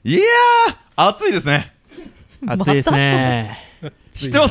いやー、暑いですね。 暑いですね。 知ってます？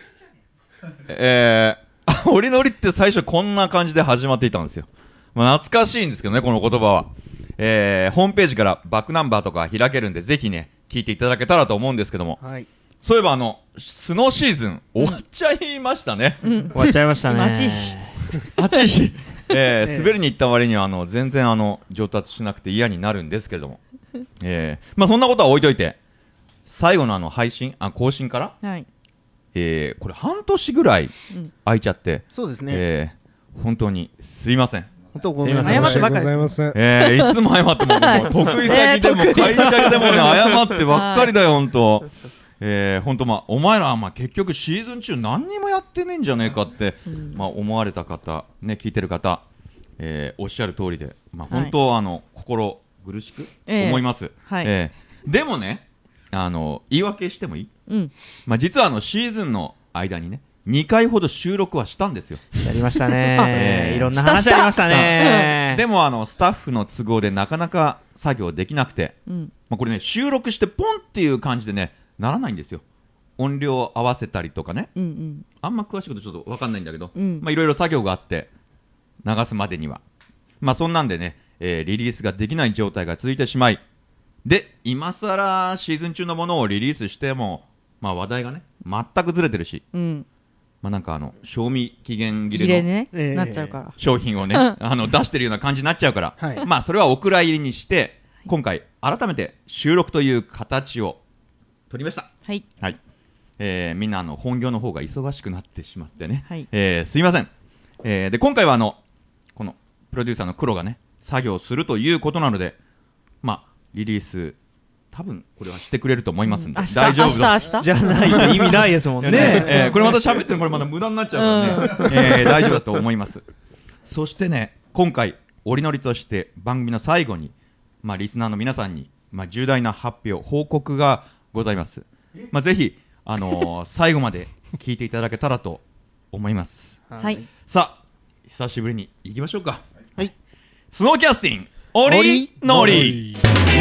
折り乗りって最初こんな感じで始まっていたんですよ。まあ、懐かしいんですけどね、この言葉は。ホームページからバックナンバーとか開けるんで、ぜひね、聞いていただけたらと思うんですけども。 はい。 そういえばスノーシーズン終わっちゃいましたね。 終わっちゃいましたね。 暑いし。 暑いし。滑りに行った割には全然上達しなくて嫌になるんですけれども。まあそんなことは置いといて、最後の配信、更新から、 はい。 これ半年ぐらい空いちゃって、 そうですね。 本当にすいません。 本当ごめんなさい。 謝ってばっかりございません。 いつも謝っても得意先でも会社でもね、謝ってばっかりだよ、本当。本当お前らは結局シーズン中何にもやってねえんじゃねえかって、思われた方、ね、聞いてる方、おっしゃる通りで、本当、心苦しく思います。でもね、言い訳してもいい？実はシーズンの間にね、2回ほど収録はしたんですよ。 やりましたね。いろんな話ありましたね。 でもスタッフの都合でなかなか作業できなくて、これね、収録してポンっていう感じでね、ならないんですよ。音量を合わせたりとかね、あんま詳しいことちょっと分かんないんだけど、いろいろ作業があって流すまでには、そんなんでね、リリースができない状態が続いてしまい、で今さらシーズン中のものをリリースしても、話題がね全くずれてるし、なんか賞味期限切れのね、なっちゃうから商品をね出してるような感じになっちゃうから、それはお蔵入りにして、今回改めて収録という形を取りました。はい、みんな本業の方が忙しくなってしまってね、すいません。で今回はこのプロデューサーの黒がね作業するということなので、リリース多分これはしてくれると思いますんで、大丈夫だ。 明日じゃないと意味ないですもんね。 これまた喋ってる、これまた無駄になっちゃうからね、大丈夫だと思います。そしてね、今回折り乗りとして番組の最後に、リスナーの皆さんに、重大な発表報告がございます。ぜひ最後まで聞いていただけたらと思います。さあ久しぶりに行きましょうか。スノーキャスティング折り乗り。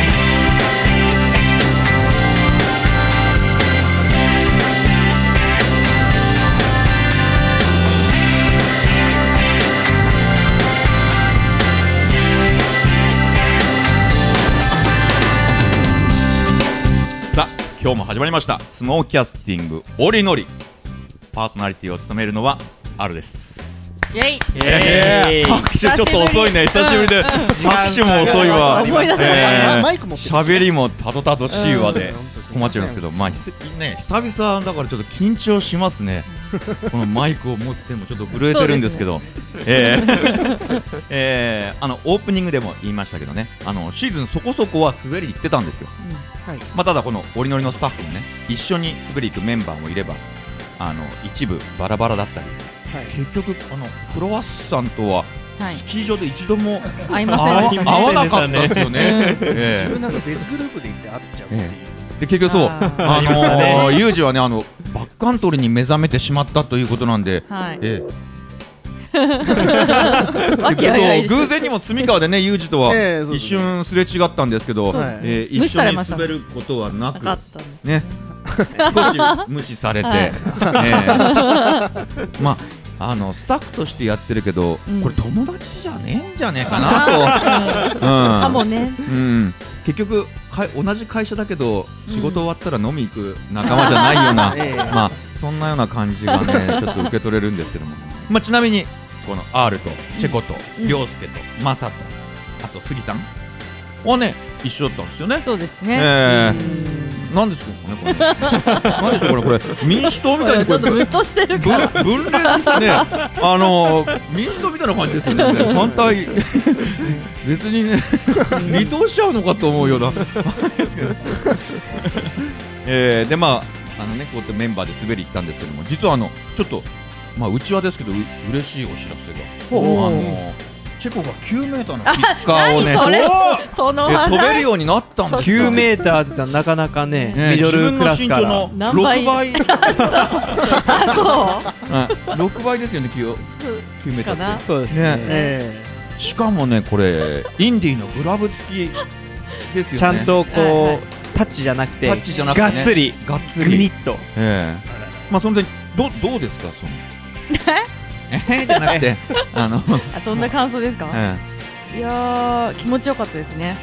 さあ今日も始まりましたスノーキャスティング折り乗り。パーソナリティを務めるのはアルです。 イェイ。 拍手ちょっと遅いね、久しぶりで拍手も遅いわ。 マイク持ってる。 喋りもたどたどしいわで困っちゃいますけど、ね、久々だからちょっと緊張しますね。このマイクを持ってもちょっと震えてるんですけど、オープニングでも言いましたけどね、シーズンそこそこは滑りに行ってたんですよ。ただこの折り乗りのスタッフもね、一緒に滑り行くメンバーもいれば、一部バラバラだったり、結局クロワッサンとはスキー場で一度も会わなかったですよね。 自分なんか別グループで行って会っちゃうっていう。 で結局ユージはねバックカントリーに目覚めてしまったということなんで、偶然にも住川でねユージとは一瞬すれ違ったんですけど、一緒に滑ることはなくね、少し無視されて、スタッフとしてやってるけど、これ友達じゃねえんじゃねえかなと。 かもね。 結局同じ会社だけど仕事終わったら飲み行く仲間じゃないような、そんなような感じがねちょっと受け取れるんですけども、ちなみにこの R とチェコと涼介とマサとあと杉さんはね一緒だったんですよね。 そうですね。 なんですかねこれ。なんでしょうこれ民主党みたいにちょっとムッとしてるから。 分裂ね、民主党みたいな感じですよね。反対別にね離党しちゃうのかと思うような。でこうやってメンバーで滑り行ったんですけども、実はちょっとうちわですけど嬉しいお知らせが。チェコが9メーターのキッカーをね飛べるようになったんですよ。 9メーターって言ったらなかなかね、ミドルクラスから自分の身長の6倍6倍ですよね、9メーターって。 そうですね。 しかもねこれインディのグラブ付きですよね。 ちゃんとこう、 はいはいタッチじゃなくてタッチじゃなくてねがっつりがっつグニり。 ッと。 まあその時どうですかその。じゃなくてあ、どんな感想ですか？ えいやー、気持ちよかったですね。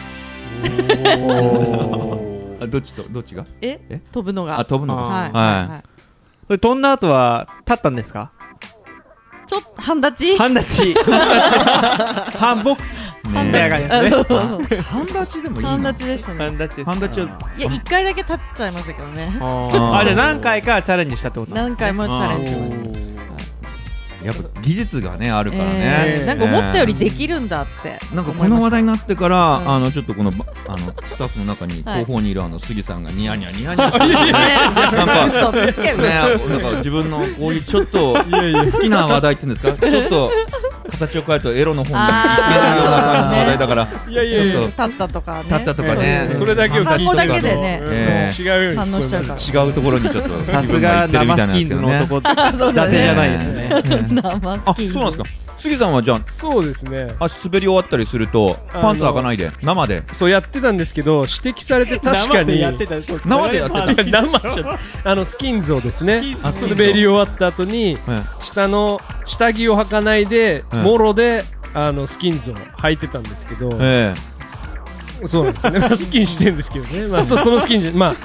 どっちが？ 飛ぶのが。 飛ぶのが。 はいはいはい。 それ飛んだ後は立ったんですか？ ちょっと半立ち。 半立ち。半僕。 ねみたいな感じですね。 そうそうそう。 半立ちでもいい半の。 立ちでしたね。 半立ちです。 半立ちは。 いや、一回だけ立っちゃいましたけどね。 あ、じゃあ何回かチャレンジしたってことなんですね。 何回もチャレンジしました。 やっぱ技術がねあるからね。 なんか思ったよりできるんだってなんかこの話題になってから、 うんちょっとこのスタッフの中にはい後方にいる杉さんがニヤニヤニヤニヤしてるね、 なんか嘘つけね、なんか自分のこういうちょっと好きな話題っていうんですか、ちょっと形を変えるとエロの本に行けないような感じの話題だから、 いやいやいやちょっ立ったとかね。 と立ったとかね、 それだけを聞いた単語だけでね、 違うように反応しちゃうから。 違うところにちょっとさすが生スキンズの男伊達じゃないですね。 生あ、 スキンズ。 そうなんですか。杉さんはじゃそうですね。 滑り終わったりするとパンツ履かないで生でそうやってたんですけど、指摘されて確かに生でやってた。 生でやってた。 生じゃスキンズをですね、 スキンズを滑り終わった後に下の下着を履かないで、もろでスキンズを履いてたんですけど、 えそうなんですよね。まあスキンしてるんですけどね。まあそのスキンで、まあ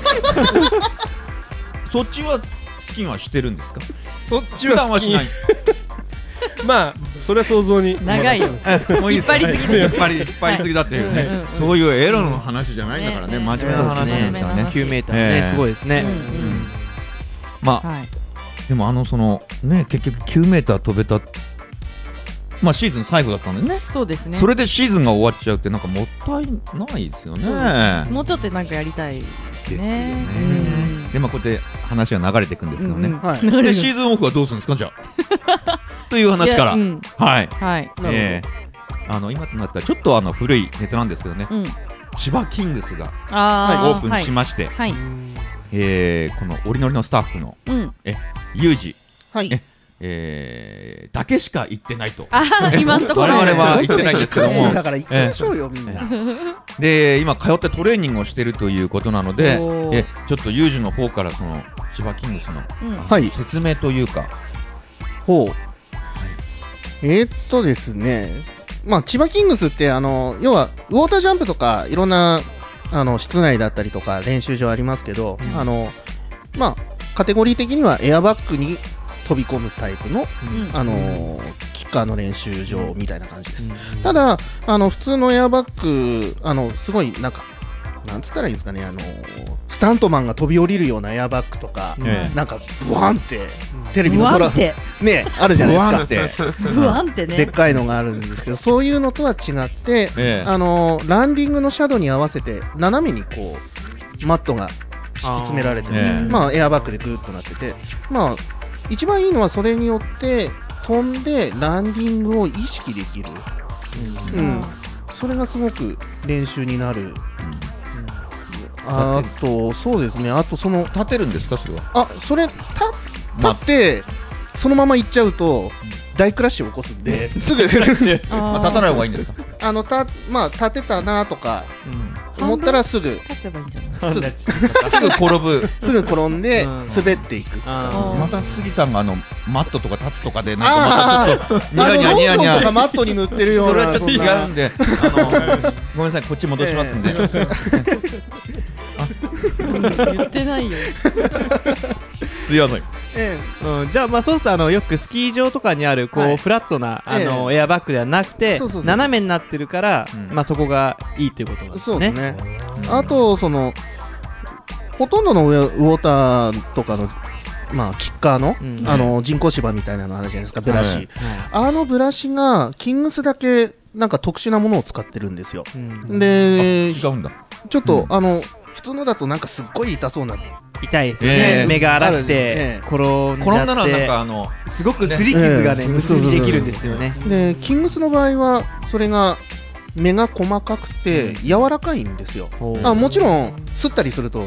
そっちはスキンはしてるんですか。 そっち普はスキン段はしない。 まあそれは想像に長いよ。 もういいです引っ張りすぎ引っ張りすぎだっていうね、 うんうんそういうエロの話じゃないんだからね、 ね真面目な話なんですからね。 9メーターね、すごいですね。 まあ、 はい。 でもそのね、結局9メーター飛べた、まあシーズン最後だったんでね、 そうですね。 それでシーズンが終わっちゃうってなんかもったいないですよね。 もうちょっとなんかやりたいですですよね。 ね。でまあこうやって話が流れていくんですけどね。 はい流れるでシーズンオフはどうするんですかじゃあという話から、 いやうんはい。 はい。 今となったらちょっと古いネタなんですけどね、 うん。 千葉キングスがあオープンしまして、 はい。 このおりのりのスタッフのうん。 ユージはいだけしか行ってないと。 今のところ。 我々は行ってないんですけどもだから行きましょうよみんな。 で今通ってトレーニングをしているということなので、 おーちょっとユージの方からその千葉キングスのうんはい。 説明というか、 ほう。ですね、まあ、千葉キングスって要はウォータージャンプとかいろんな室内だったりとか練習場ありますけど、まあ、カテゴリー的にはエアバッグに飛び込むタイプの、キッカーの練習場みたいな感じです。ただ普通のエアバッグすごいなんかなんつったらいいんですかね、スタントマンが飛び降りるようなエアバッグとか、なんかブワンってテレビのブワンってねあるじゃないですか。 って不安ってね。 でっかいのがあるんですけど、そういうのとは違って、 ええランディングのシャドウに合わせて斜めにこうマットが敷き詰められてて、まあエアバッグでグーッとなってて、まあ一番いいのはそれによって飛んでランディングを意識できる、それがすごく練習になる。あとそうですね、あとその立てるんですかそれは。 それ立ってそのまま行っちゃうと大クラッシュを起こすんで、すぐ立たない方がいいんですか。 まあ立てたなとか思ったらすぐ立てばいいんじゃない？ すぐすぐ転ぶ。 すぐ転んで滑っていく。 また杉さんがマットとか立つとかでなんかまたちょっとニヤニヤローシニヤニヤ。 ョンとかマットに塗ってるよそうれはなちょっと違うんで、ごめんなさい、こっち戻しますんで。 言ってないよ。 すいません。 じゃあまあそうするとよくスキー場とかにあるこうフラットなエアバッグではなくてそうそうそう斜めになってるからまあそこがいいということなんですね。 そうですね。あとそのほとんどのウォーターとかのまあキッカーの人工芝みたいなのあるじゃないですか、ブラシ。ブラシがキングスだけなんか特殊なものを使ってるんですよ。で、 違うんだ。 ちょっと普通のだとなんかすっごい痛そうな痛いですよね。目が荒くて転んじゃ転んだらなんってかすごく擦り傷がね結びできるんですよね。 でキングスの場合はそれが目が細かくて柔らかいんですよ。もちろん擦ったりすると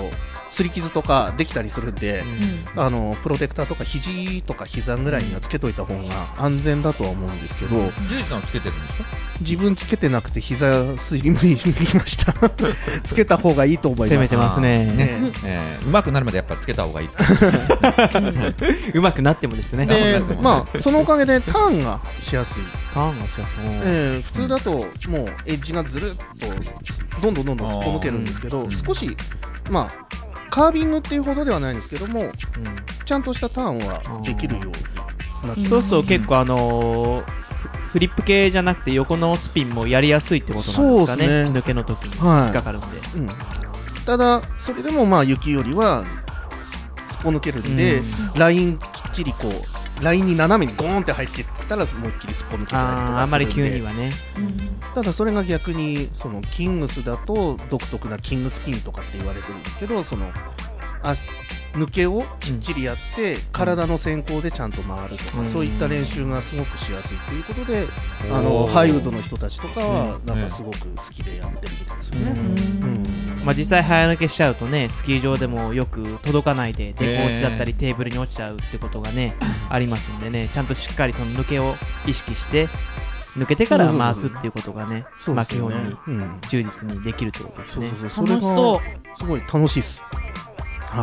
擦り傷とかできたりするんで、プロテクターとか肘とか膝ぐらいにはつけといた方が安全だとは思うんですけど、 ジュイさんつけてるんですか？ 自分つけてなくて膝すりむいましたつけた方がいいと思います。 攻めてますね。 うまくなるまでやっぱつけた方がいい。 うまくなってもですね。 で、まあそのおかげでターンがしやすい。 ターンがしやすい。 普通だともうエッジがずるっとどんどんすっぽ抜けるんですけど、少しまあカービングっていうほどではないんですけども、ちゃんとしたターンはできるようになってます。 そうすると結構フリップ系じゃなくて横のスピンもやりやすいってことなんですかね。抜けの時に引っかかるんで、 ただそれでもまあ雪よりはすっぽ抜けるんで、ラインきっちりこうラインに斜めにゴーンって入っていったら思いっきりすっぽ抜けたりとかするんで、 あんまり急にはね。 ただそれが逆にそのキングスだと独特なキングスピンとかって言われてるんですけど、その抜けをきっちりやって、体の先行でちゃんと回るとか、そういった練習がすごくしやすいということで、ハイウッドの人たちとかはなんかすごく好きでやってるみたいですよね。 まあ、実際早抜けしちゃうとね、スキー場でもよく届かないでデコ落ちだったりテーブルに落ちちゃうってことがねありますんでね、ちゃんとしっかりその抜けを意識して抜けてから回すっていうことがね、まあ基本に忠実にできるってことですね。 それがすごい楽しいっす。はい。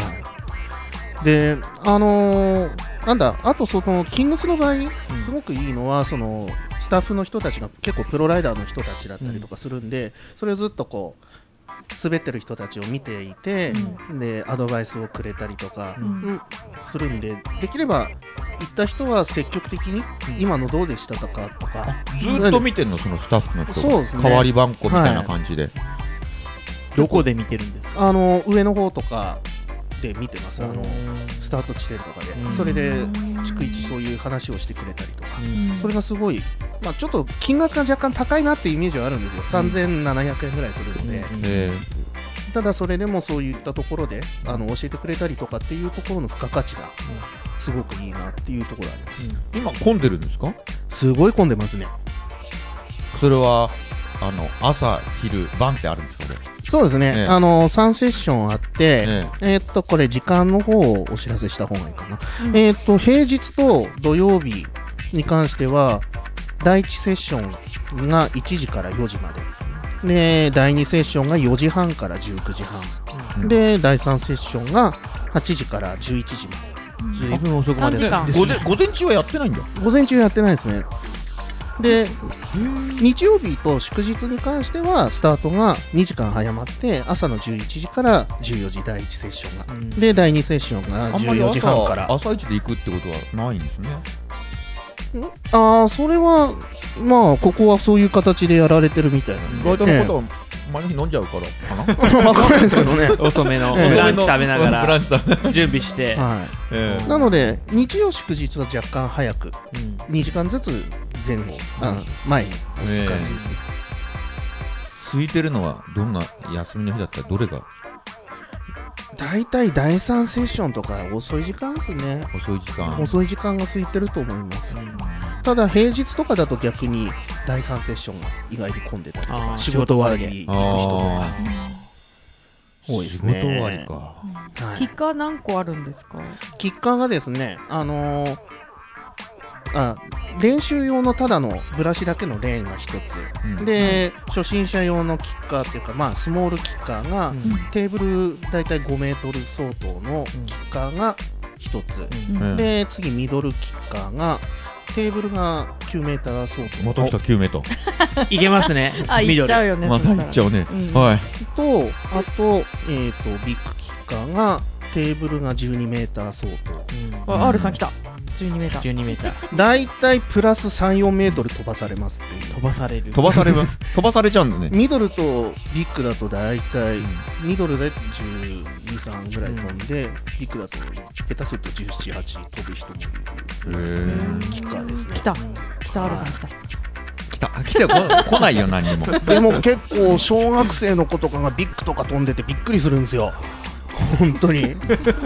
で、なんだ、あとそのキングスの場合、すごくいいのはそのスタッフの人たちが結構プロライダーの人たちだったりとかするんで、それをずっとこう滑ってる人たちを見ていて、でアドバイスをくれたりとか、するんで、できれば行った人は積極的に今のどうでしたかとか、 ずっと見てんのそのスタッフの人が。 そうですね、 代わり番号みたいな感じで、 どこで見てるんですか？ 上の方とかで見てます。スタート地点とかで、それで逐一そういう話をしてくれたりとか、それがすごい、まあ、ちょっと金額が若干高いなっていうイメージはあるんですよ。3700円ぐらいするので、ただそれでもそういったところで教えてくれたりとかっていうところの付加価値がすごくいいなっていうところがあります。 今混んでるんですか？ すごい混んでますね。 それは朝昼晩ってあるんですか？ そうですね、3セッションあって、これ時間の方をお知らせした方がいいかな。平日と土曜日に関しては第1セッションが1時から4時までで、第2セッションが4時半から19時半、で第3セッションが8時から11時まで。随分遅くまで。 午前中はやってないんだ。 午前中やってないですね。で、日曜日と祝日に関してはスタートが2時間早まって朝の11時から14時第1セッションが、で第2セッションが14時半から。 朝一で行くってことはないんですね。 それはまあここはそういう形でやられてるみたいなんで、 ガイドの方は前の日飲んじゃうからかな。 わかんないですけどね。 遅めのブランチ食べながら準備して、 なので日曜祝日は若干早く2時間ずつ前後前に押す感じですね。 空いてるのはどんな休みの日だったらどれが？ だいたい第3セッションとか遅い時間ですね。遅い時間が空いてると思います。ただ平日とかだと逆に第3セッションが意外に混んでたりとか、仕事終わりに行く人とか多いですね。 仕事終わりか。 キッカー何個あるんですか？ キッカーがですね、練習用のただのブラシだけのレーンが一つ、で初心者用のキッカーっていうか、まあスモールキッカーが、テーブルだいたい5メートル相当のキッカーが一つ、で次ミドルキッカーがテーブルが9メーター相当。 また来た9メートル。 いけますね。 いっちゃうよね。 またいっちゃうね。はい。 とあとビッグキッカーがテーブルが12メーター相当。 R さん来た。12メーター。 12メーター。 だいたいプラス3、4メートル飛ばされますっていう。 飛ばされる。 飛ばされちゃうんだね。 ミドルとビッグだとだいたいミドルで12、3ぐらい飛んで、ビッグだと下手すると17、8飛ぶ人もいるぐらいのキッカーですね。 来た R さん来た。 来ないよ何にも。 でも結構小学生の子とかがビッグとか飛んでてびっくりするんですよ。本当に。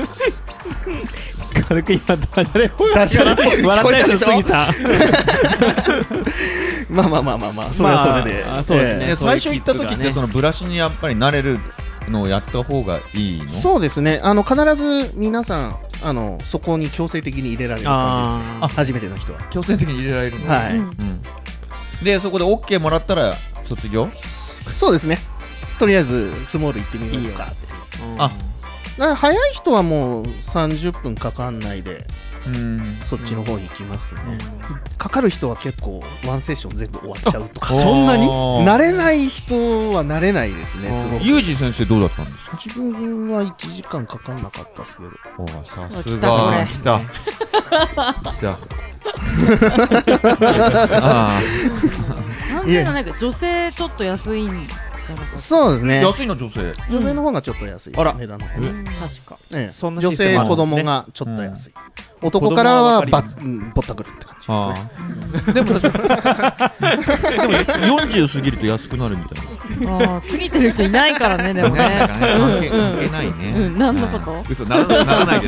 軽く今ダジャレ笑ったやつ過ぎた。 まあそれはそれで。 そうですね。 最初行った時ってそのブラシにやっぱり慣れるのをやった方がいいの？ そうですね、必ず皆さんそこに強制的に入れられる感じですね。初めての人は強制的に入れられるの？ はい、 でそこで OK もらったら卒業？ そうですね、とりあえずスモール行ってみようかって。だから早い人はもう30分かかんないでそっちの方に行きますね。かかる人は結構ワンセッション全部終わっちゃうとか。そんなに慣れない人は慣れないですね。すごく。 ユージ先生どうだったんですか？ 自分は1時間かかんなかったですけど。 さすが来た 3700女性ちょっと安いんじゃなかった？ そうですね、 安いの女性の方がちょっと安いです。値段の方が確か、女性子供がちょっと安い、男からはぼったくるって感じですね。 でも40過ぎると安くなるみたいな。 過ぎてる人いないからね。でもね関係ないね。 何のこと？ 嘘、ならないです。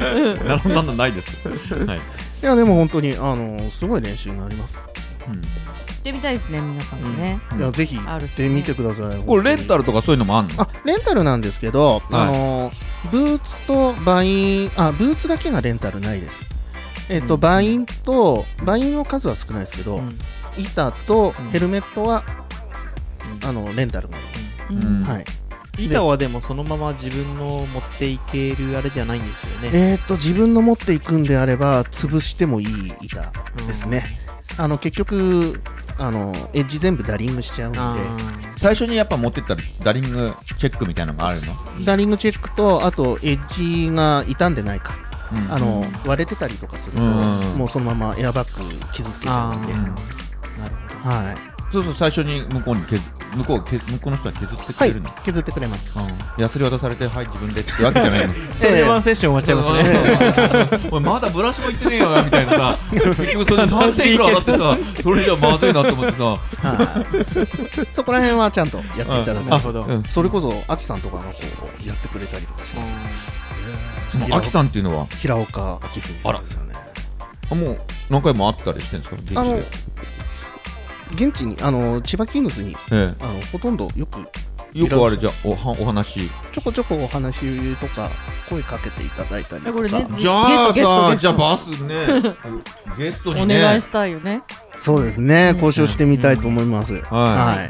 ならないです。はい。 いやでも本当にすごい練習になります。 行ってみたいですね、皆さんもね。 いやぜひ行ってみてください。 これレンタルとかそういうのもあんの？ レンタルなんですけど、ブーツとバイン、ブーツだけがレンタルないです。バインの数は少ないですけど、板とヘルメットはレンタルがあります。はい。 板はでもそのまま自分の持っていけるあれじゃないんですよね。 自分の持っていくんであれば潰してもいい板ですね。結局エッジ全部ダリングしちゃうんで、 最初にやっぱ持ってったらダリングチェックみたいなのがあるの？ダリングチェックと、あとエッジが傷んでないか、割れてたりとかすると、もうそのままエアバッグ傷つけちゃうんで。なるほど。はい。 そう最初に向こうの人は削ってくれるの？ 削ってくれます。 ヤスリ渡されて自分でってわけじゃないの？ それでワンセッション終わっちゃいますね。 おいまだブラシもいってねえよみたいなさ、結局それで3000いくらだってさ、それじゃまずいなと思ってさ、 そこら辺はちゃんとやっていただく。それこそアキさんとかがやってくれたりとかします。 そのアキさんっていうのは平岡明文さんですよね。 もう何回も会ったりしてるんですか？ 現地に千葉キングスにほとんどよくあれじゃお話ちょこちょこお話とか声かけていただいたりとか。 じゃあバスねゲストにねお願いしたいよね。 そうですね、交渉してみたいと思います。はい。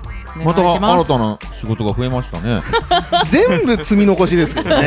また新たな仕事が増えましたね。 全部積み残しですけどね。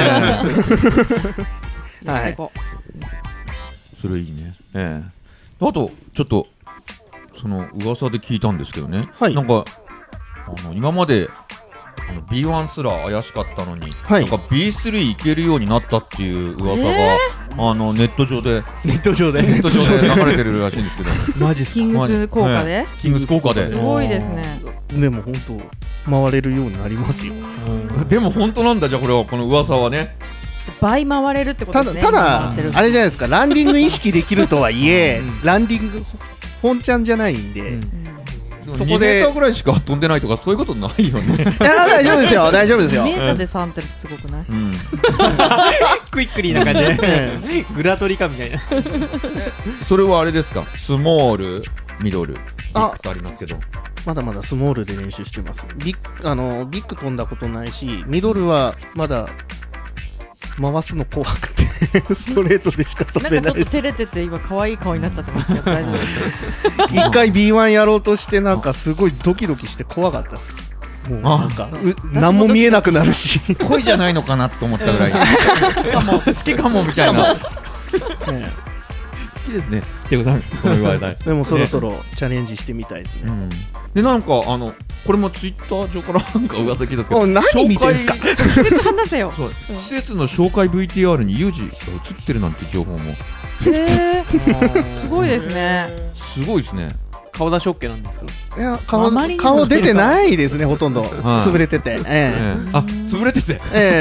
はい。 それいいね。あとちょっとその噂で聞いたんですけどね、なんか今までB1 すら怪しかったのに、なんか B3 いけるようになったっていう噂が、ネット上で流れてるらしいんですけど、 マジっすか？ キングス効果で？ キングス効果で。 すごいですね。 でも本当回れるようになりますよ。 でも本当なんだ。じゃあこの噂はね、 倍回れるってことですね。 ただあれじゃないですか、ランディング意識できるとはいえ、ランディング本ちゃんじゃないんで、 そこで2メーターぐらいしか飛んでないとかそういうことないよね。 大丈夫ですよ、大丈夫ですよ。 2メーターで3ってすごくない？ クイックリーな感じでグラトリかみたいな。 それはあれですか？スモール、ミドル、ビッグとありますけど、 まだまだスモールで練習してます。ビッグ飛んだことないし、ミドルはまだ回すの怖くてストレートでしか飛べないです。 なんかちょっと照れてて今可愛い顔になっちゃってますけど大丈夫ですか？ 一回 B1 やろうとしてなんかすごいドキドキして怖かったです。もうなんか何も見えなくなるし恋じゃないのかなと思ったぐらい好きかもみたいな。好きですね、千代さん、この話題。 でもそろそろチャレンジしてみたいですね。 でなんかこれもツイッター上からなんか噂聞いたんですけど、 何見てんすか？ 施設話せよ。 施設の紹介 VTR にユージが映ってるなんて情報も。 すごいですね。 すごいですね。 顔出し OK なんですか？ いや、顔出てないですね、ほとんど潰れてて。 潰れてて。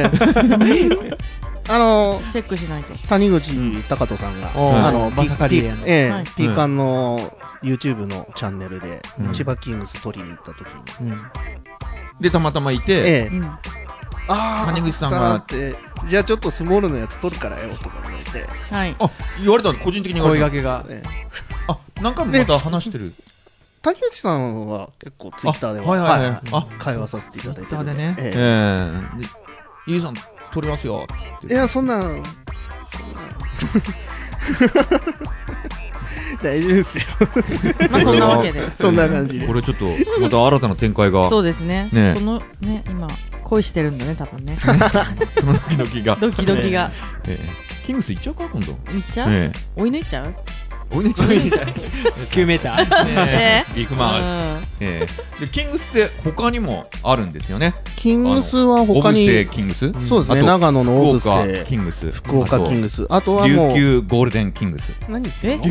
チェックしないと。 谷口貴人さんがまさかリエのピーカンの YouTube のチャンネルで千葉キングス取りに行った時にでたまたまいて、 谷口さんがってじゃあちょっとスモールのやつ取るからよとか言われて、 言われたの？個人的に声掛けが何回もまた話してる。 谷口さんは結構ツイッターでは会話させていただいてるんでね。 ゆうさん取りますよって。 いやそんな大丈夫ですよまあそんなわけでそんな感じでこれちょっとまた新たな展開がそうですねねそのね今恋してるんだね多分ねそのドキドキがドキドキがキングス行っちゃうか今度。 いっちゃう追い抜いちゃう追い抜いちゃう 9メーター行きます。でキングスって他にもあるんですよね。 キングスは他にオブセキングス、 そうですね、長野のオブ福岡セキングス、 福岡キングス、あとは琉もう球ゴールデンキングス。 何それ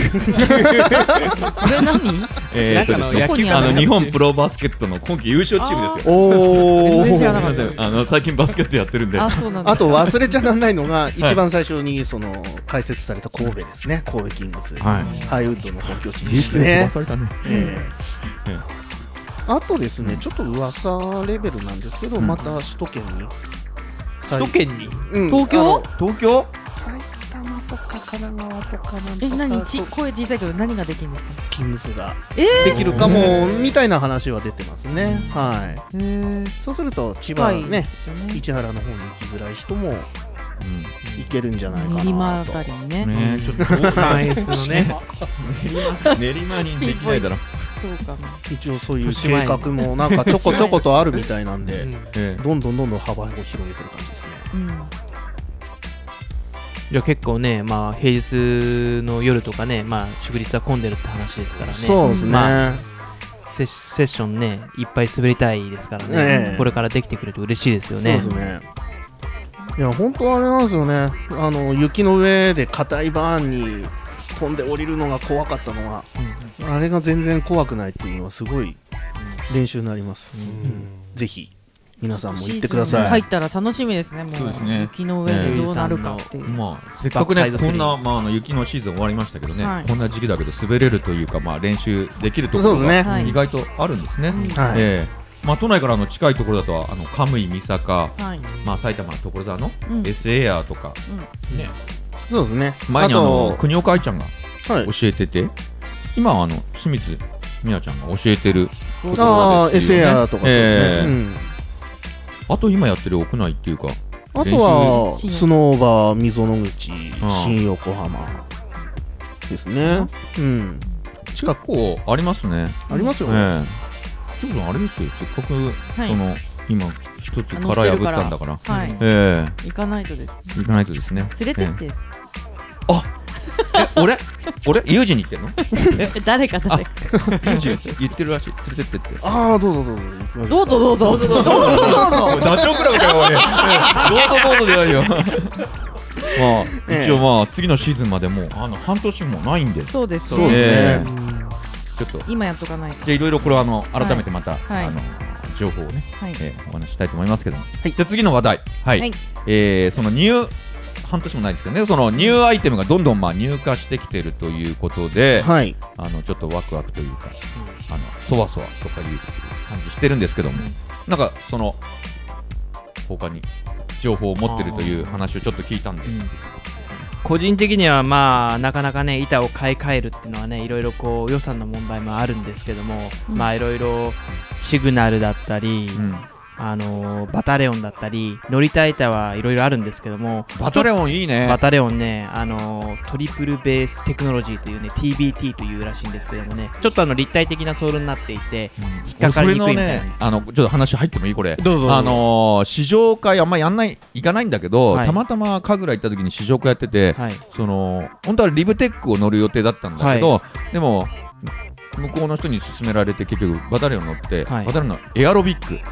何日本プロバスケットの今季優勝チームですよ。 お全然知らなかった最近バスケットやってるんで。 そうなんだ。 あと忘れちゃならないのが一番最初にその開設された神戸ですね、神戸キングス、ハイウッドの本拠地ですね。あとですね、ちょっと噂レベルなんですけど、また首都圏に首都圏に東京埼玉とか神奈川とかなんとか何声小さいけど何ができるんですか。 キングスができるかもみたいな話は出てますね。はい。そうすると千葉ね、市原の方に行きづらい人もいけるんじゃないかなと。 練馬あたりにね。 ちょっと関越のね。練馬にできないだろ。 そうかな。 一応そういう計画もなんかちょこちょことあるみたいなんで、どんどん幅を広げてる感じですね。 じゃあ結構ね、まあ平日の夜とかね、まあ祝日は混んでるって話ですからね。 そうですね。 セッションね、いっぱい滑りたいですからね。これからできてくれると嬉しいですよね。 そうですね。いや本当あれなんですよね。雪の上で硬いバーンに飛んで降りるのが怖かったのは、あれが全然怖くないっていうのはすごい練習になります。ぜひ皆さんも行ってください。 入ったら楽しみですね。もう雪の上でどうなるかっていう。 せっかくねこんな雪のシーズン終わりましたけどね、こんな時期だけど滑れるというか練習できるところが意外とあるんですね。都内から近いところだとカムイ三坂、埼玉の所沢の S エアとかね。 そうですね。 前に国岡愛ちゃんが教えてて、今清水美奈ちゃんが教えてるところですよね。S エアとかそうですね。 あと今やってる屋内っていうか、 あとはスノーバー溝の口、新横浜ですね。 近くありますね。 ありますよね。 ちょっとあれですよ、せっかく今一つ殻破ったんだから、 行かないとです。 行かないとですね。 連れてって。 俺ユージに言ってんの？ 誰かユージ言ってるらしい。連れてってって。 どうぞどうぞどうぞダチョウ倶楽部かよ俺。どうぞでないよ。一応次のシーズンまでもう半年もないんで。 そうです。 そうですね。ちょっと今やっとかないと。 じゃあいろいろこれ改めてまた情報をねお話ししたいと思いますけども。じゃあ次の話題。その半年もないですけどね、そのニューアイテムがどんどん入荷してきているということで、ちょっとワクワクというか、そわそわとかいう感じしてるんですけども、なんかその他に情報を持ってるという話をちょっと聞いたんで、 個人的にはなかなかね板を買い替えるっていうのはねいろいろこう予算の問題もあるんですけども、いろいろシグナルだったり、バタレオンだったり乗りたい板はいろいろあるんですけども、 バタレオンいいね。 バタレオンねトリプルベーステクノロジーというね TBT というらしいんですけどもね、ちょっと立体的なソールになっていて引っかかりにくいみたいなんですよ。 ちょっと話入ってもいいこれ。 どうぞ。 試乗会あんま行かないんだけど、たまたま神楽行った時に試乗会やってて、本当はリブテックを乗る予定だったんだけど、でも向こうの人に勧められて結局バタレオン乗って、バタレオンのエアロビック、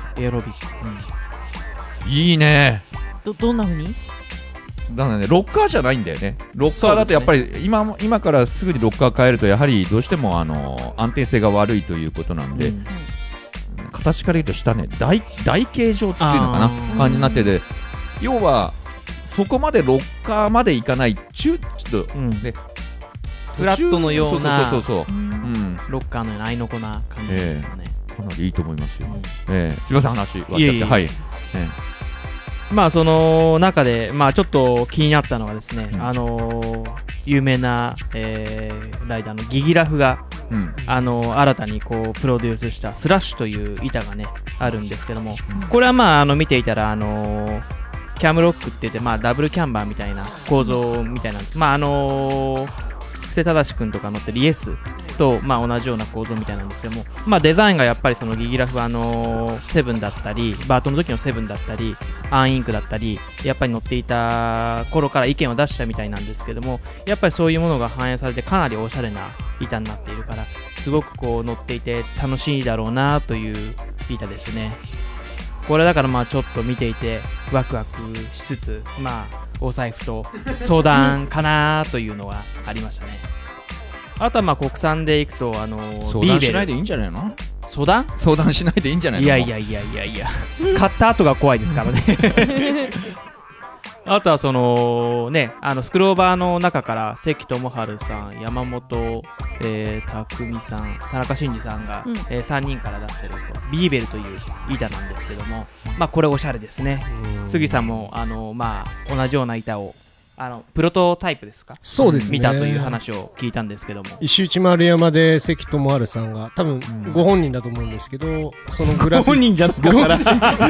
いいね。 どんな風に？ だからね、ロッカーじゃないんだよね。ロッカーだとやっぱり今からすぐにロッカー変えるとやはりどうしても安定性が悪いということなんで、形から言うと下ね台形状っていうのかな感じになってて、要はそこまでロッカーまでいかないちょっとねフラットのようなロッカーのような合いの子な感じですよね。 かなりいいと思いますよ。すみません話終わっちゃって。はい。 その中でちょっと気になったのはですね、有名なライダーのギギラフが新たにこうプロデュースしたスラッシュという板がねあるんですけども、これは見ていたらキャムロックって言って、まあ、ダブルキャンバーみたいな構造みたいな、まあ布施忠君とか乗ってるイエスと、まあ、同じような構造みたいなんですけども、まあ、デザインがやっぱりそのギギラフセブンだったりバートの時のセブンだったりアンインクだったりやっぱり乗っていた頃から意見を出したみたいなんですけども、やっぱりそういうものが反映されてかなりおしゃれな板になっているからすごくこう乗っていて楽しいだろうなという板ですね。これだからまあちょっと見ていてワクワクしつつ、まあお財布と相談かなというのはありましたね。あとはまあ国産でいくと相談しないでいいんじゃないの？相談しないでいいんじゃないの？ いや買った後が怖いですからねあとはそのね、スクローバーの中から関智春さん、山本、匠さん、田中真二さんが、3人から出してるビーベルという板なんですけども、まあこれおしゃれですね。杉さんもまあ同じような板をプロトタイプですか？ そうですね。 見たという話を聞いたんですけども、 石内丸山で関智春さんが多分ご本人だと思うんですけど、そのグラフ本人じゃなかったら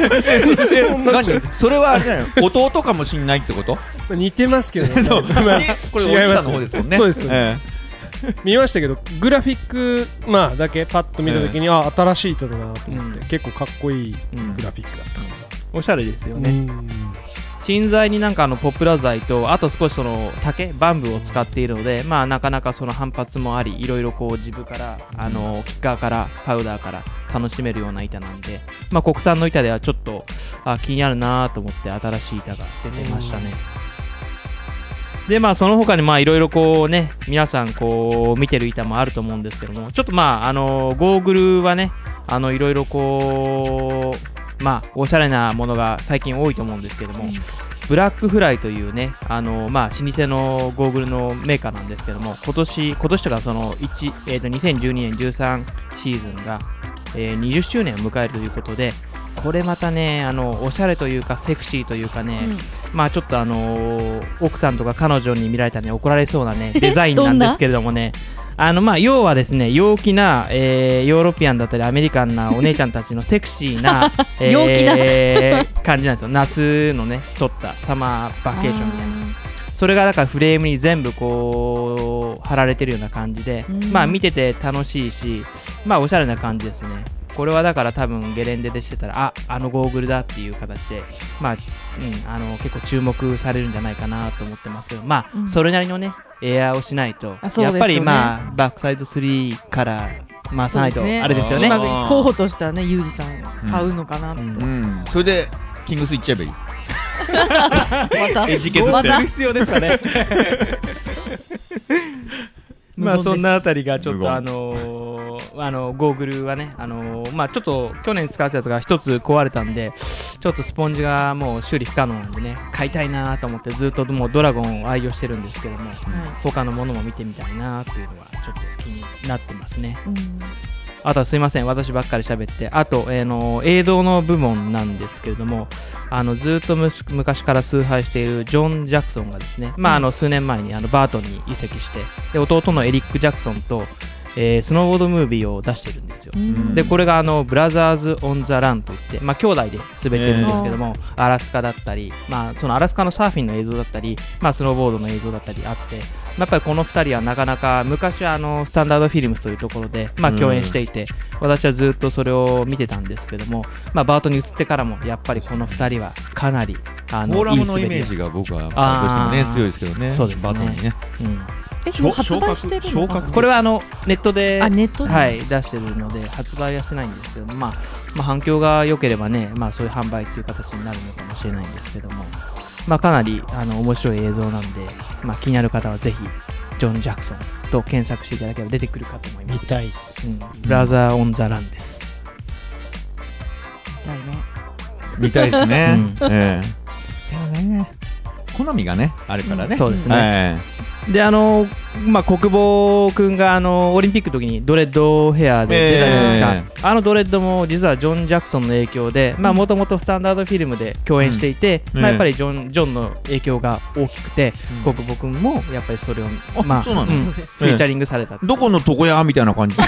それはあれじゃないの？弟かもしんないってこと？ 似てますけどね。 そうこれおじさんの方ですもんね。 そうですそうです。見ましたけどグラフィックまあだけパッと見たときに、新しい人だなと思って、結構かっこいいグラフィックだった。 おしゃれですよね。芯材になんかポップラ材とあと少しその竹バンブーを使っているので、まあなかなかその反発もあり、いろいろこうジブからキッカーからパウダーから楽しめるような板なんで、まあ国産の板ではちょっと気になるなと思って新しい板が出てましたね。でまあその他にまあいろいろこうね皆さんこう見てる板もあると思うんですけども、ちょっとまあゴーグルはねいろいろこうまあおしゃれなものが最近多いと思うんですけども、ブラックフライというねまあ老舗のゴーグルのメーカーなんですけども、今年とかその2012年13シーズンが、20周年を迎えるということで、これまたねおしゃれというかセクシーというかね、まあちょっと奥さんとか彼女に見られたらね怒られそうなねデザインなんですけれどもねまあ要はですね陽気な、ヨーロピアンだったりアメリカンなお姉ちゃんたちのセクシーな、 陽気な感じなんですよ。夏のね撮ったサマーバケーションみたいな、それがだからフレームに全部こう貼られてるような感じで、まあ見てて楽しいし、まあおしゃれな感じですね。これはだから多分ゲレンデでしてたらゴーグルだっていう形で、まあ結構注目されるんじゃないかなと思ってますけど、まあそれなりのねエアーをしないと、やっぱりまあバックサイド3から回さないとあれですよね。 今候補としたねユージさん買うのかなって、 それでキングスいっちゃえばいいまたエッジ削って必要ですかねまあそんなあたりがちょっとゴーグルはねまあちょっと去年使ったやつが一つ壊れたんで、ちょっとスポンジがもう修理不可能なんでね買いたいなと思ってずっともうドラゴンを愛用してるんですけども、他のものも見てみたいなというのはちょっと気になってますね。あとはすいません私ばっかり喋って、あと、映像の部門なんですけれども、ずっと昔から崇拝しているジョン・ジャクソンがですね、まあ数年前にバートンに移籍して、で弟のエリック・ジャクソンとスノーボードムービーを出してるんですよ。でこれがブラザーズ・オン・ザ・ランといって、まあ兄弟で滑ってるんですけども、アラスカだったり、まあそのアラスカのサーフィンの映像だったり、まあスノーボードの映像だったりあって、やっぱりこの2人はなかなか昔はスタンダードフィルムスというところで、まあ、共演していて、私はずっとそれを見てたんですけども、まあ、バートに移ってからもやっぱりこの2人はかなりフォーラムのイメージが僕はどうしてもね強いですけどね。 そうですね、 バートにね、 もう発売してるのかな。 これはネットではい、出してるので発売はしてないんですけど、まあ、反響が良ければね、まあ、そういう販売っていう形になるのかもしれないんですけども、まあ、かなり面白い映像なんで、まあ、気になる方はぜひジョン・ジャクソンと検索していただければ出てくるかと思います。 見たいっす、 ブラザー・オン・ザ・ランです。 見たいですね。でもね好みがねあるからね。 そうですね。 で国保君がオリンピックの時にドレッドヘアで出たじゃないですか、ドレッドも実はジョン・ジャクソンの影響でもともとスタンダードフィルムで共演していて、やっぱりジョンの影響が大きくて、国保君もやっぱりそれをフィーチャリングされた。 どこの床屋みたいな感じ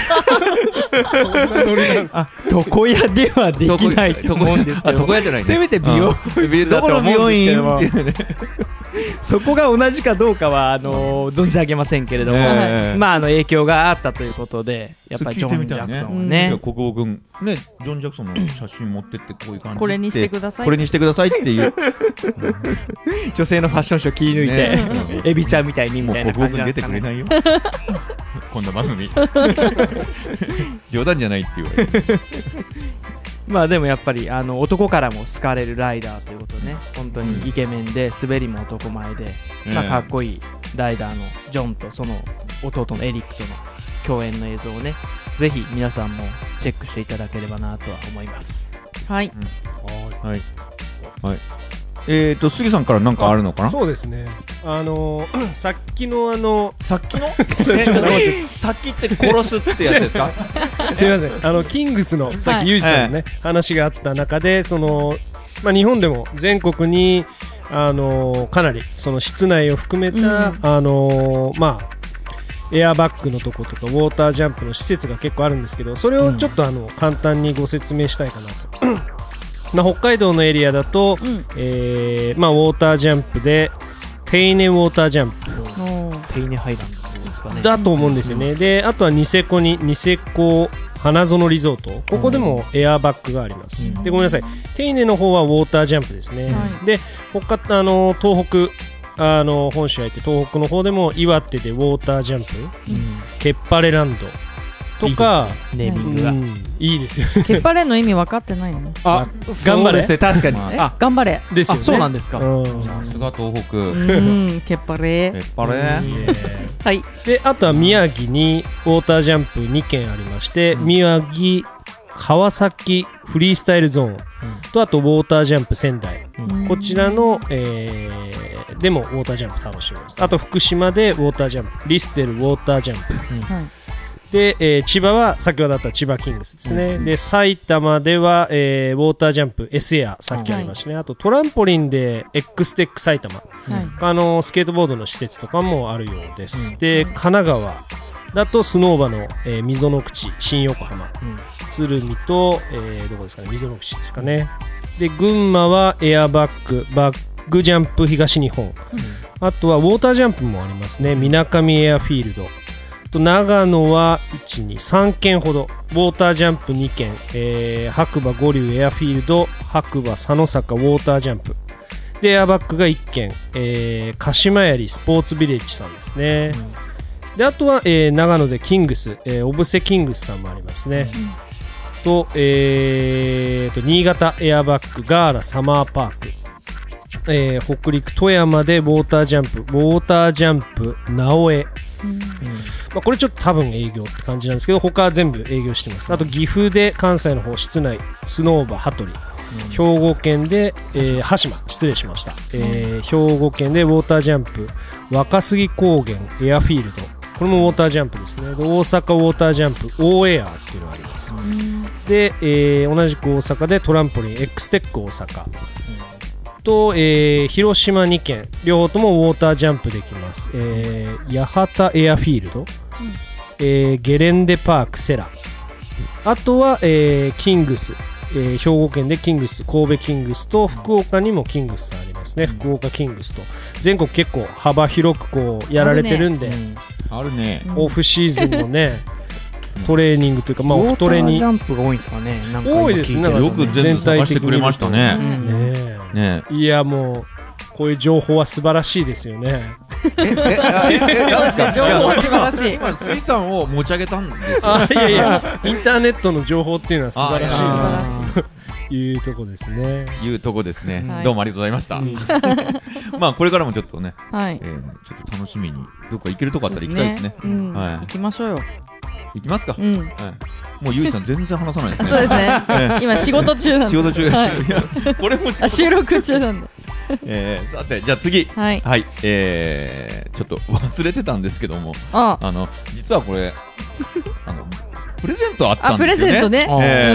床屋ではできないと思うんですけど、 床屋じゃないね、 せめて美容どこの美容院そこが同じかどうかは存じ上げませんけれども、影響があったということで、やっぱりジョン・ジャクソンはね、 国保君ね、ジョン・ジャクソンの写真持ってってこういう感じでこれにしてください、 これにしてくださいっていう女性のファッションショー切り抜いて、エビちゃんみたいにみたいな感じなんですかね。 もう国保君出てくれないよこんな番組冗談じゃないって言われてでもやっぱり男からも好かれるライダーということでね、本当にイケメンで滑りも男前で、かっこいいライダーのジョンとその弟のエリックとの共演の映像をね、ぜひ皆さんもチェックしていただければなとは思います。 はい、 はいはい。杉さんから何かあるのかな。 そうですね、さっきのさっきのさっきって殺すってやつですかすいません、キングスのさっきユージさんのね、話があった中で、日本でも全国にかなりその室内を含めた、エアバッグのとことかウォータージャンプの施設が結構あるんですけど、それをちょっと簡単にご説明したいかなと北海道のエリアだと、ウォータージャンプで手稲ウォータージャンプ、 手稲ハイランドですかね、 だと思うんですよね。であとはニセコ花園リゾート、ここでもエアバッグがあります。でごめんなさい、手稲の方はウォータージャンプですね。で東北本州入って東北の方でも岩手でウォータージャンプ、ケッパレランドとか、 いいですね、ネーミングが、 いいですよケッパレの意味分かってないのね。 頑張れ、 確かに、 頑張れですよね。 そうなんですか。 さすが東北。 ケッパレはい。 であとは宮城にウォータージャンプ2軒ありまして、宮城川崎フリースタイルゾーンと、あとウォータージャンプ仙台、こちらの、でもウォータージャンプ楽しめます。あと福島でウォータージャンプリステルウォータージャンプ、で、千葉は先ほどあった千葉キングスですね。で埼玉では、ウォータージャンプ S エアさっきありましたね。あとトランポリンで X テック埼玉、スケートボードの施設とかもあるようです。で神奈川だとスノーバの、溝の口新横浜、鶴見と、どこですかね、溝の口ですかね。で群馬はエアバッグジャンプ東日本、あとはウォータージャンプもありますね。みなかみエアフィールドと、長野は3軒ほどウォータージャンプ2軒、白馬五竜エアフィールド、白馬佐野坂ウォータージャンプで、エアバッグが1軒、鹿島槍スポーツビレッジさんですね。であとは、長野でキングス、オブセキングスさんもありますね。と、新潟エアバッグガーラサマーパーク、北陸富山でウォータージャンプ直江、これちょっと多分営業って感じなんですけど、他は全部営業してます。あと岐阜で関西の方室内スノーバ羽鳥、兵庫県で、羽島失礼しました、兵庫県でウォータージャンプ若杉高原エアフィールド、これもウォータージャンプですね。で大阪ウォータージャンプオーエアっていうのがあります。で、同じく大阪でトランポリン X テック大阪と、広島2県両方ともウォータージャンプできます。八幡エアフィールド、ゲレンデパークセラ、あとは、キングス、兵庫県でキングス神戸キングスと、福岡にもキングスさんありますね。福岡キングスと全国結構幅広くこうやられてるんで、 あるね、 オフシーズンのねトレーニングというか、オフトレにウォータージャンプが多いんですかね。なんか多いですね。 よく全部探してくれましたね。 いやもうこういう情報は素晴らしいですよね。 情報は素晴らしい。 今水産を持ち上げたんですよ。 いやインターネットの情報っていうのは素晴らしいないうとこですね。 どうもありがとうございました。これからもちょっとね、ちょっと楽しみにどっか行けるとこあったら行きたいですね。 行きましょうよ。 行きますか。もうゆうじさん全然話さないですね。 そうですね。今仕事中なんで。 これも収録中なんで。 さてじゃあ次はい。 はい、ちょっと忘れてたんですけども、 あ、 実はこれプレゼントあったあ、プんですよね。 レゼントね。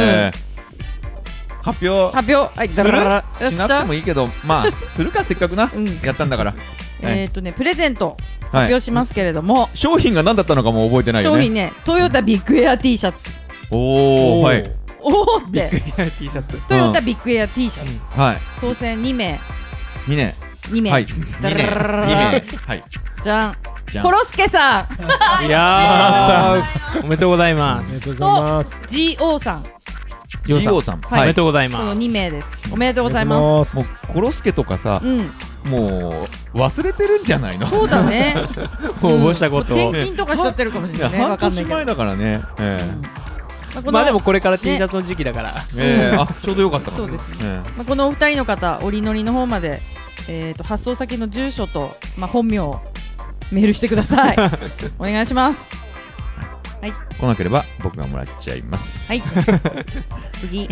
発表発表。はい、 すだらるしなくてもいいけど、まあするかせっかくな、 うんやったんだから。 プレゼント発はい表しますけれども、 商品が何だったのかも覚えてないよね。 商品ね、トヨタビッグエア T シャツ。 おお、はいおーって、 T シャツ。 トヨタビッグエア T シャツ。 はい。 当選2名。 2名 2名。 はい2名はいじゃん。 じゃんコロスケさん。 いやー、おめでとうございます。 ありがとうございます。 GO さん。 GO さん、 はいおめでとうございこのます。 2名です。おめでとうございありがとうまございます。 もうコロスケとかさす。、うん。 もう忘れてるんじゃないの？ そうだね。 応募したことを。 転勤とかしちゃってるかもしいやれないね。わ半かんないけど。 年前だからね。 まあでもこれから T シャツの時期だから。 あ、ちょうどよかったかもそうですねえまあこのお二人の方、折りのりの方まで、発送先の住所と、本名をメールしてください。お願いします。 来なければ僕がもらっちゃいます。 はい。次。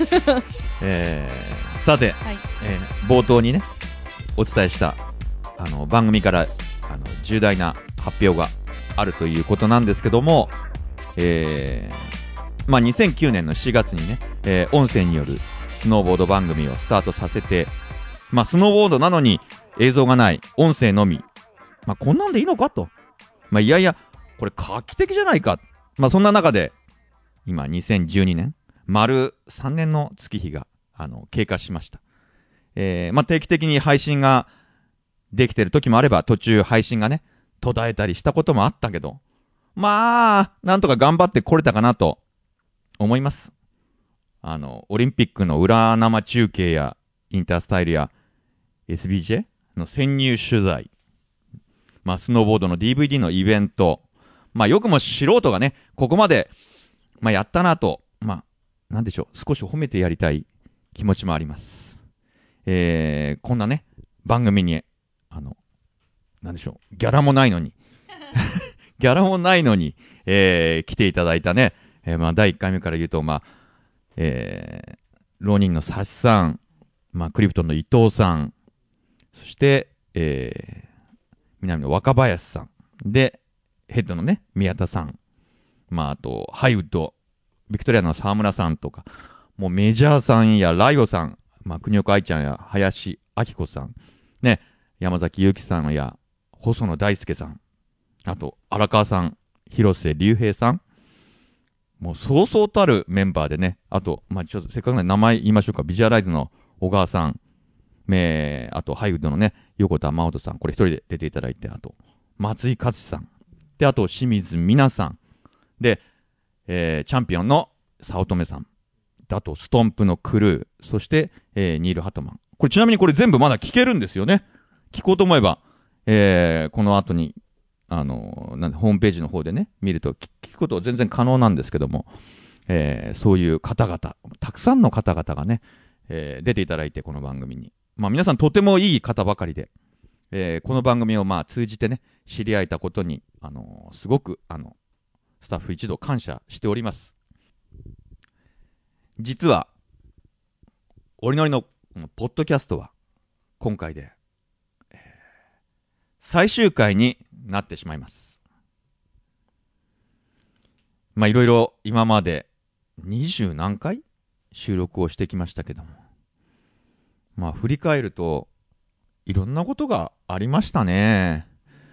さて、 はい。 冒頭にねお伝えした番組から重大な発表があるということなんですけども、2009年の7月にね、音声によるスノーボード番組をスタートさせて、スノーボードなのに映像がない音声のみ、こんなんでいいのかと、いやいやこれ画期的じゃないか、そんな中で今2012年丸3年の月日が経過しました。定期的に配信ができてる時もあれば、途中配信がね途絶えたりしたこともあったけど、なんとか頑張ってこれたかなと思います。オリンピックの裏生中継やインタースタイルや SBJ の潜入取材、スノーボードの DVD のイベント、よくも素人がねここまで、やったなと、なんでしょう、少し褒めてやりたい気持ちもあります。こんなね番組になんでしょう、ギャラもないのにギャラもないのに、来ていただいたね、第1回目から言うと、浪人のサシさん、クリプトンの伊藤さん、そして、南の若林さんで、ヘッドのね宮田さん、あとハイウッドビクトリアの沢村さんとか、もうメジャーさんやライオさん、国岡愛ちゃんや林明子さんね、山崎祐希さんや細野大輔さん、あと荒川さん、広瀬隆平さん、もうそうそうたるメンバーでね、あとちょっとせっかくなんで名前言いましょうか。ビジュアライズの小川さん、あとハイウッドのね横田真音さん、これ一人で出ていただいて、あと松井勝さんで、あと清水美奈さんで、チャンピオンの早乙女さん、あとストンプのクルー、そして、ニール・ハトマン、これちなみにこれ全部まだ聞けるんですよね。聞こうと思えば、この後にホームページの方でね見ると聞くことは全然可能なんですけども、そういう方々、たくさんの方々がね、出ていただいて、この番組に、皆さんとてもいい方ばかりで、この番組を通じてね知り合えたことに、すごくスタッフ一同感謝しております。実はおりのりのポッドキャストは今回で、最終回になってしまいます。いろいろ今まで20何回収録をしてきましたけども、振り返るといろんなことがありましたね。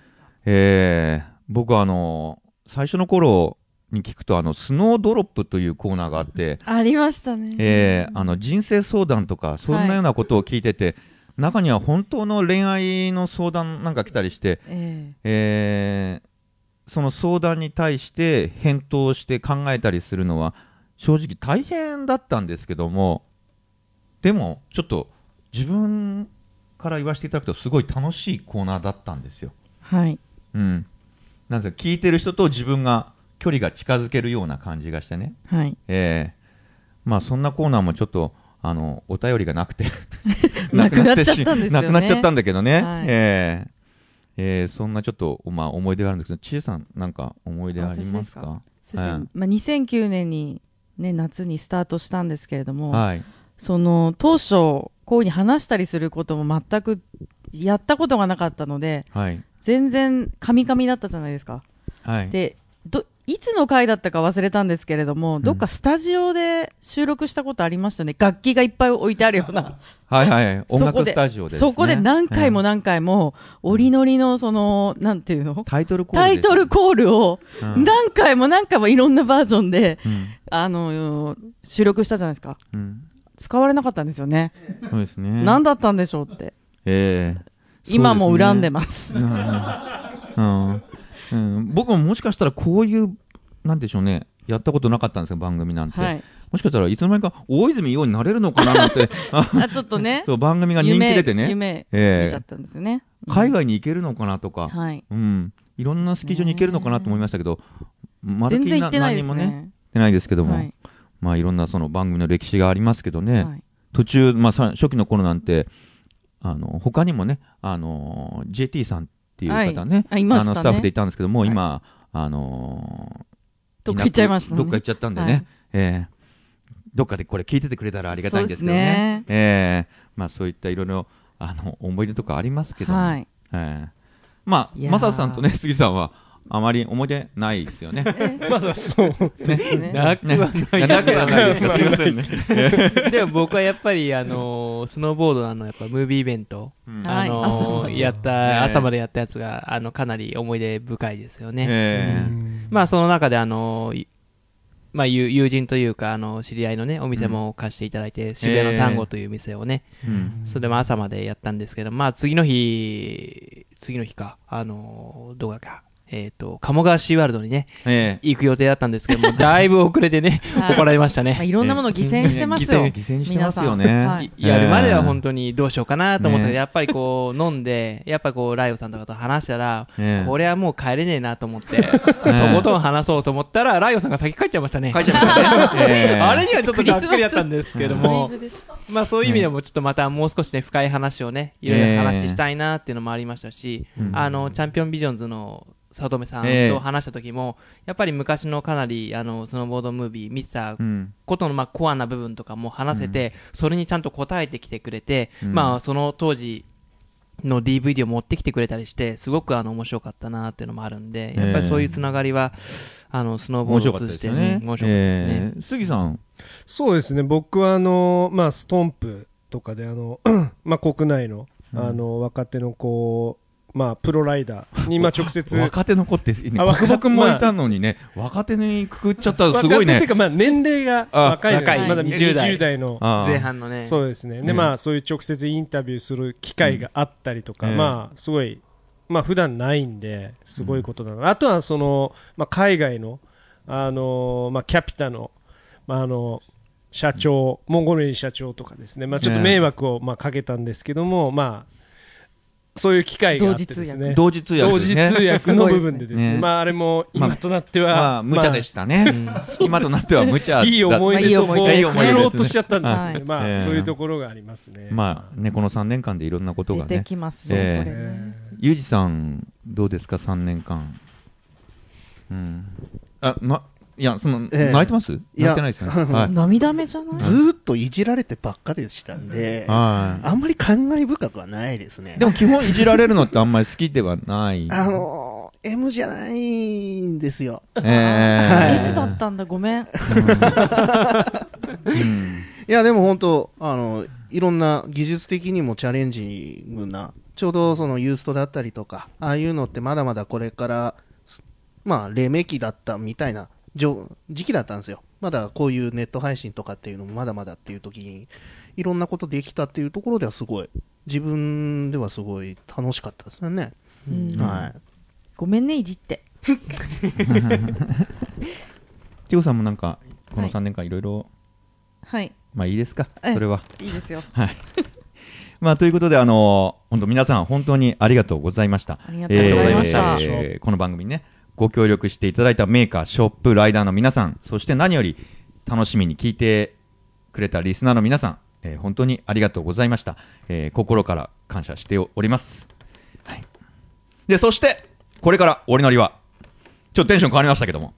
僕は最初の頃に聞くとスノードロップというコーナーがあって、 ありましたね。 人生相談とかそんなようなことを聞いてて、中には本当の恋愛の相談なんか来たりして、その相談に対して返答して考えたりするのは正直大変だったんですけども、でもちょっと自分から言わせていただくとすごい楽しいコーナーだったんですよ。 はい。 なんですか、聞いてる人と自分が距離が近づけるような感じがしてね。 はい。 そんなコーナーもちょっとお便りがなくてなくなっちゃったんですよね。 なくなっちゃったんだけどね。 はいそんなちょっと思い出があるんですけど、ちえさんなんか思い出ありますか？ そうですね。2009年にね夏にスタートしたんですけれども、 はい。 その当初こういうふうに話したりすることも全くやったことがなかったので、 はい。 全然カミカミだったじゃないですか。 はい。 で、いつの回だったか忘れたんですけれども、どっかスタジオで収録したことありましたよね。楽器がいっぱい置いてあるような。 はいはい。音楽スタジオですね。 そこで何回も何回も、折りのりのその、なんていうのタイトルコール。 タイトルコールを何回も何回もいろんなバージョンで、収録したじゃないですか。使われなかったんですよね。 そうですね。 何だったんでしょうって。今も恨んでます。 僕ももしかしたらこういう、なんでしょうね、やったことなかったんですよ、番組なんて。はい、もしかしたらいつの間にか大泉洋になれるのかななんてちょっとね、 そう番組が人気出てね、 夢見ちゃったんですよね。 海外に行けるのかなとか、いろんなスキー場に行けるのかなと思いましたけど、 全然行ってないですね。 何もね、行ってないですけども、まあいろんなその番組の歴史がありますけどね、途中、まあ初期の頃なんて、他にもね、JT さんっていう方ね、スタッフでいたんですけども、今、 どっか行っちゃいましたね。 どっか行っちゃったんでね、どっかでこれ聞いててくれたらありがたいんですけどね。まあそういったいろいろ思い出とかありますけども、まあマサさんとね杉さんはあまり思い出ないですよね。 まだそうですね。 なくはないなくはないですか。すいませんね。 でも僕はやっぱりスノーボードのやっぱムービーイベント、やった朝までやったやつがかなり思い出深いですよね。まあその中でまあ友人というか知り合いのねお店も貸していただいて、渋谷のサンゴという店をね、それも朝までやったんですけど、まあ次の日かどうだか。鴨川シーワールドにね、行く予定だったんですけども、だいぶ遅れてね、怒られましたね。 いろんなもの犠牲にしてますよ。 犠牲にしてますよね。 やるまでは本当にどうしようかなと思ったけど、やっぱりこう飲んで、やっぱこうライオさんとかと話したら、これはもう帰れねえなと思って、とことん話そうと思ったら、ライオさんが先帰っちゃいましたね。 帰っちゃいましたね。 あれにはちょっとがっかりだったんですけども、まあそういう意味でもちょっとまたもう少しね、深い話をね、いろいろ話したいなっていうのもありましたし、チャンピオンビジョンズの早乙女さんと話した時も、やっぱり昔のかなりスノーボードムービー見てたことのコアな部分とかも話せて、それにちゃんと答えてきてくれて、まあその当時の DVD を持ってきてくれたりして、すごく面白かったなっていうのもあるんで、やっぱりそういうつながりはスノーボードを通じて面白かったですね。 杉さん。 そうですね、僕はまあストンプとかでまあ国内の若手のこうまあプロライダーに直接若手の子って僕もいたのにね、若手にくくっちゃったらすごいね。 若手っていうかまあ年齢が若いじゃないですか。まだ20代の前半のね。 そうですね。でまあそういう直接インタビューする機会があったりとか、まあすごいまあ普段ないんですごいことだな。あとはそのまあ海外のまあキャピタの社長モンゴルリー社長とかですね。まあちょっと迷惑をまあかけたんですけども、まあそういう機会があってですね、 同時通訳の部分でですね、まああれも今となっては無茶でしたね。今となっては無茶。 いい思い出とこう作ろうとしちゃったんですけど、 まあそういうところがありますね。 まあね、この3年間でいろんなことがね。 出てきますね。 ゆうじさんどうですか3年間。いや、泣いてます？泣いてないですよね。 涙目じゃない？ ずーっといじられてばっかでしたんで、あんまり感慨深くはないですね。 でも基本いじられるのってあんまり好きではない。 M じゃないんですよ。 S だったんだ、ごめん。 いや、でも本当、いろんな技術的にもチャレンジングな、ちょうどそのユーストだったりとか、ああいうのってまだまだこれから、まあ、黎明期だったみたいな時期だったんですよ。まだこういうネット配信とかっていうのもまだまだっていう時にいろんなことできたっていうところではすごい自分ではすごい楽しかったですよね。はい。 ごめんねいじって。 千穂さんもなんかこの3年間いろいろ、まあいいですか、それは。 いいですよ。 はい。まあということで本当皆さん本当にありがとうございました。 ありがとうございました。 この番組にね。ご協力していただいたメーカー、ショップ、ライダーの皆さん、そして何より楽しみに聞いてくれたリスナーの皆さん、本当にありがとうございました。心から感謝しております。はい。で、そして、これから、おりのりは、ちょっとテンション変わりましたけども、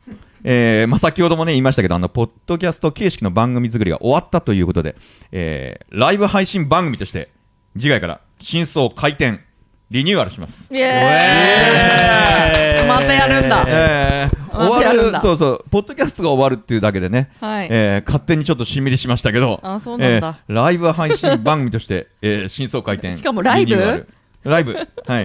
先ほどもね言いましたけど、ポッドキャスト形式の番組作りが終わったということで、ライブ配信番組として次回から新装開店リニューアルします。 イエーイまたやるんだ。 終わる、そうそう、ポッドキャストが終わるっていうだけでね、 はい、 勝手にちょっとしんみりしましたけど、 あ、そうなんだ。 ライブ配信番組として、新装開店。 しかもライブはい、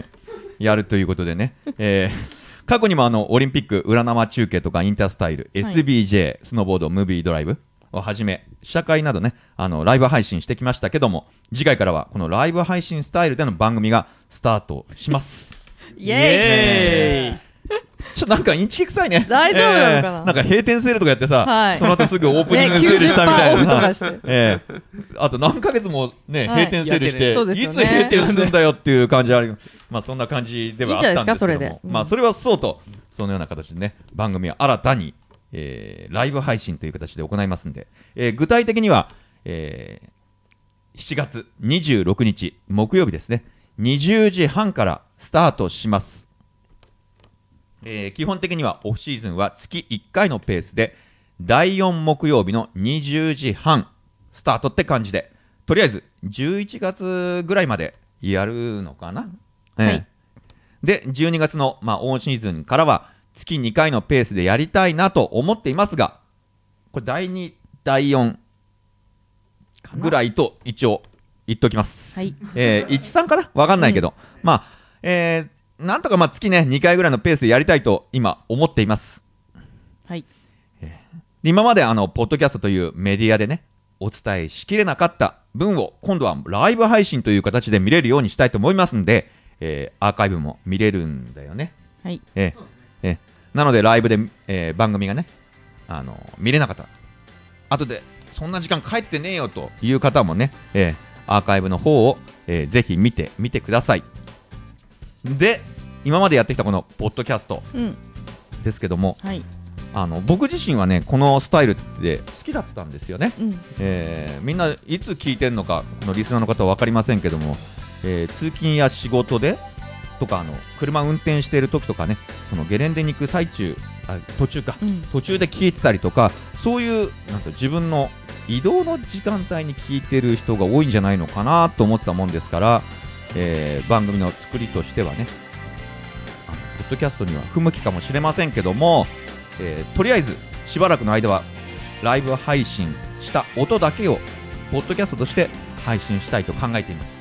やるということでね、過去にもオリンピック裏生中継とかインタースタイル、SBJ、スノーボード、ムービードライブをはじめ、試写会などね、ライブ配信してきましたけども、次回からはこのライブ配信スタイルでの番組がスタートします。 イエーイちょっとなんかインチキ臭いね。 大丈夫なのかな、 なんか閉店セールとかやってさ、 はい、 その後すぐオープニングセールしたみたいな、あと何ヶ月もね、閉店セールして、いつ閉店するんだよっていう感じはある。まあそんな感じではあったんですけども、まあそれはそうと、そのような形でね、番組は新たに、ライブ配信という形で行いますんで、具体的には、7月26日木曜日ですね、20時半からスタートします。基本的にはオフシーズンは月1回のペースで第4木曜日の20時半スタートって感じで、とりあえず11月ぐらいまでやるのかな、はい、で12月の、オンシーズンからは月2回のペースでやりたいなと思っていますが、これ第2第4ぐらいと一応言っときます、はい、13かなわかんないけど、なんとか月ね2回ぐらいのペースでやりたいと今思っています。 はい。 今までポッドキャストというメディアでねお伝えしきれなかった分を今度はライブ配信という形で見れるようにしたいと思いますんで、アーカイブも見れるんだよね。 はい。 なのでライブで、番組がね見れなかった後でそんな時間帰ってねえよという方もね、アーカイブの方を、ぜひ見てみてください。で今までやってきたこのポッドキャストですけども、はい、僕自身はねこのスタイルって好きだったんですよね、みんないつ聞いてるのかこのリスナーの方は分かりませんけども、通勤や仕事でとか車運転している時とかね、そのゲレンデに行く最中途中で聞いてたりとか、そういうなんと自分の移動の時間帯に聞いてる人が多いんじゃないのかなと思ってたもんですから、番組の作りとしてはねポッドキャストには不向きかもしれませんけども、とりあえずしばらくの間はライブ配信した音だけをポッドキャストとして配信したいと考えています。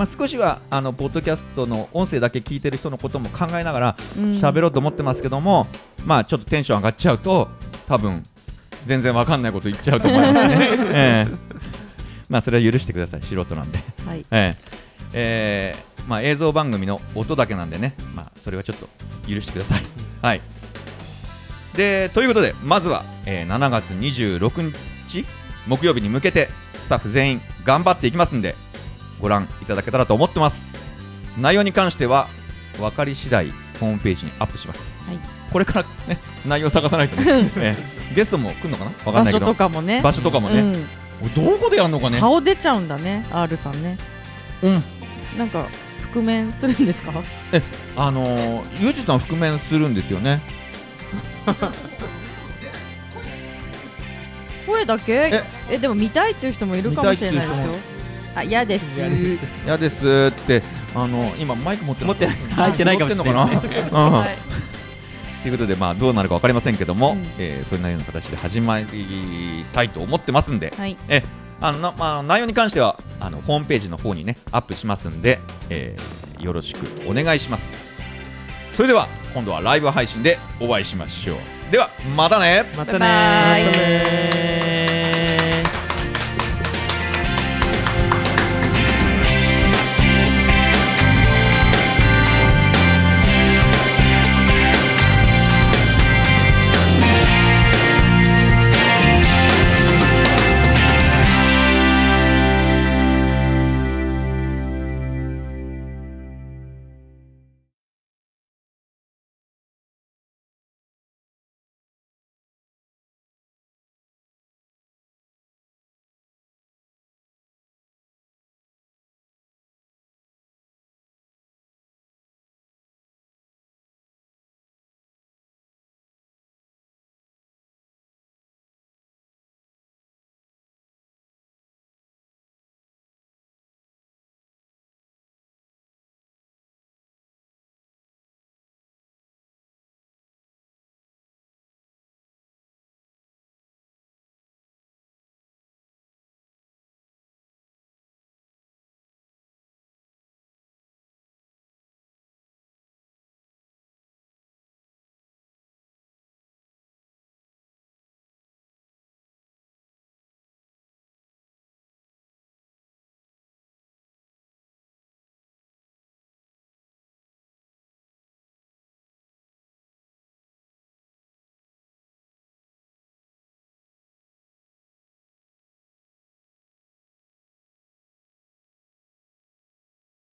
少しはポッドキャストの音声だけ聞いてる人のことも考えながら喋ろうと思ってますけども、ちょっとテンション上がっちゃうと多分全然わかんないこと言っちゃうと思いますね。それは許してください、素人なんで。はい。映像番組の音だけなんでね、それはちょっと許してください。はい。でということでまずは、7月26日木曜日に向けてスタッフ全員頑張っていきますんでご覧いただけたらと思ってます。内容に関しては分かり次第ホームページにアップします。はい。これからね内容を探さないとね、ゲストも来るのかな分かんないけど、 場所とかもね、 どこでやるのかね。 顔出ちゃうんだね R さんね。なんか覆面するんですか？ ゆうじさん覆面するんですよね。 声だけ？でも見たいっていう人もいるかもしれないですよ。嫌です嫌ですって今マイク持ってない入ってないかもしれないですね。 ということでどうなるか分かりませんけども、そういうような形で始まりたいと思ってますんで、内容に関してはホームページの方にねアップしますんで、よろしくお願いします。それでは今度はライブ配信でお会いしましょう。ではまたね。 またね。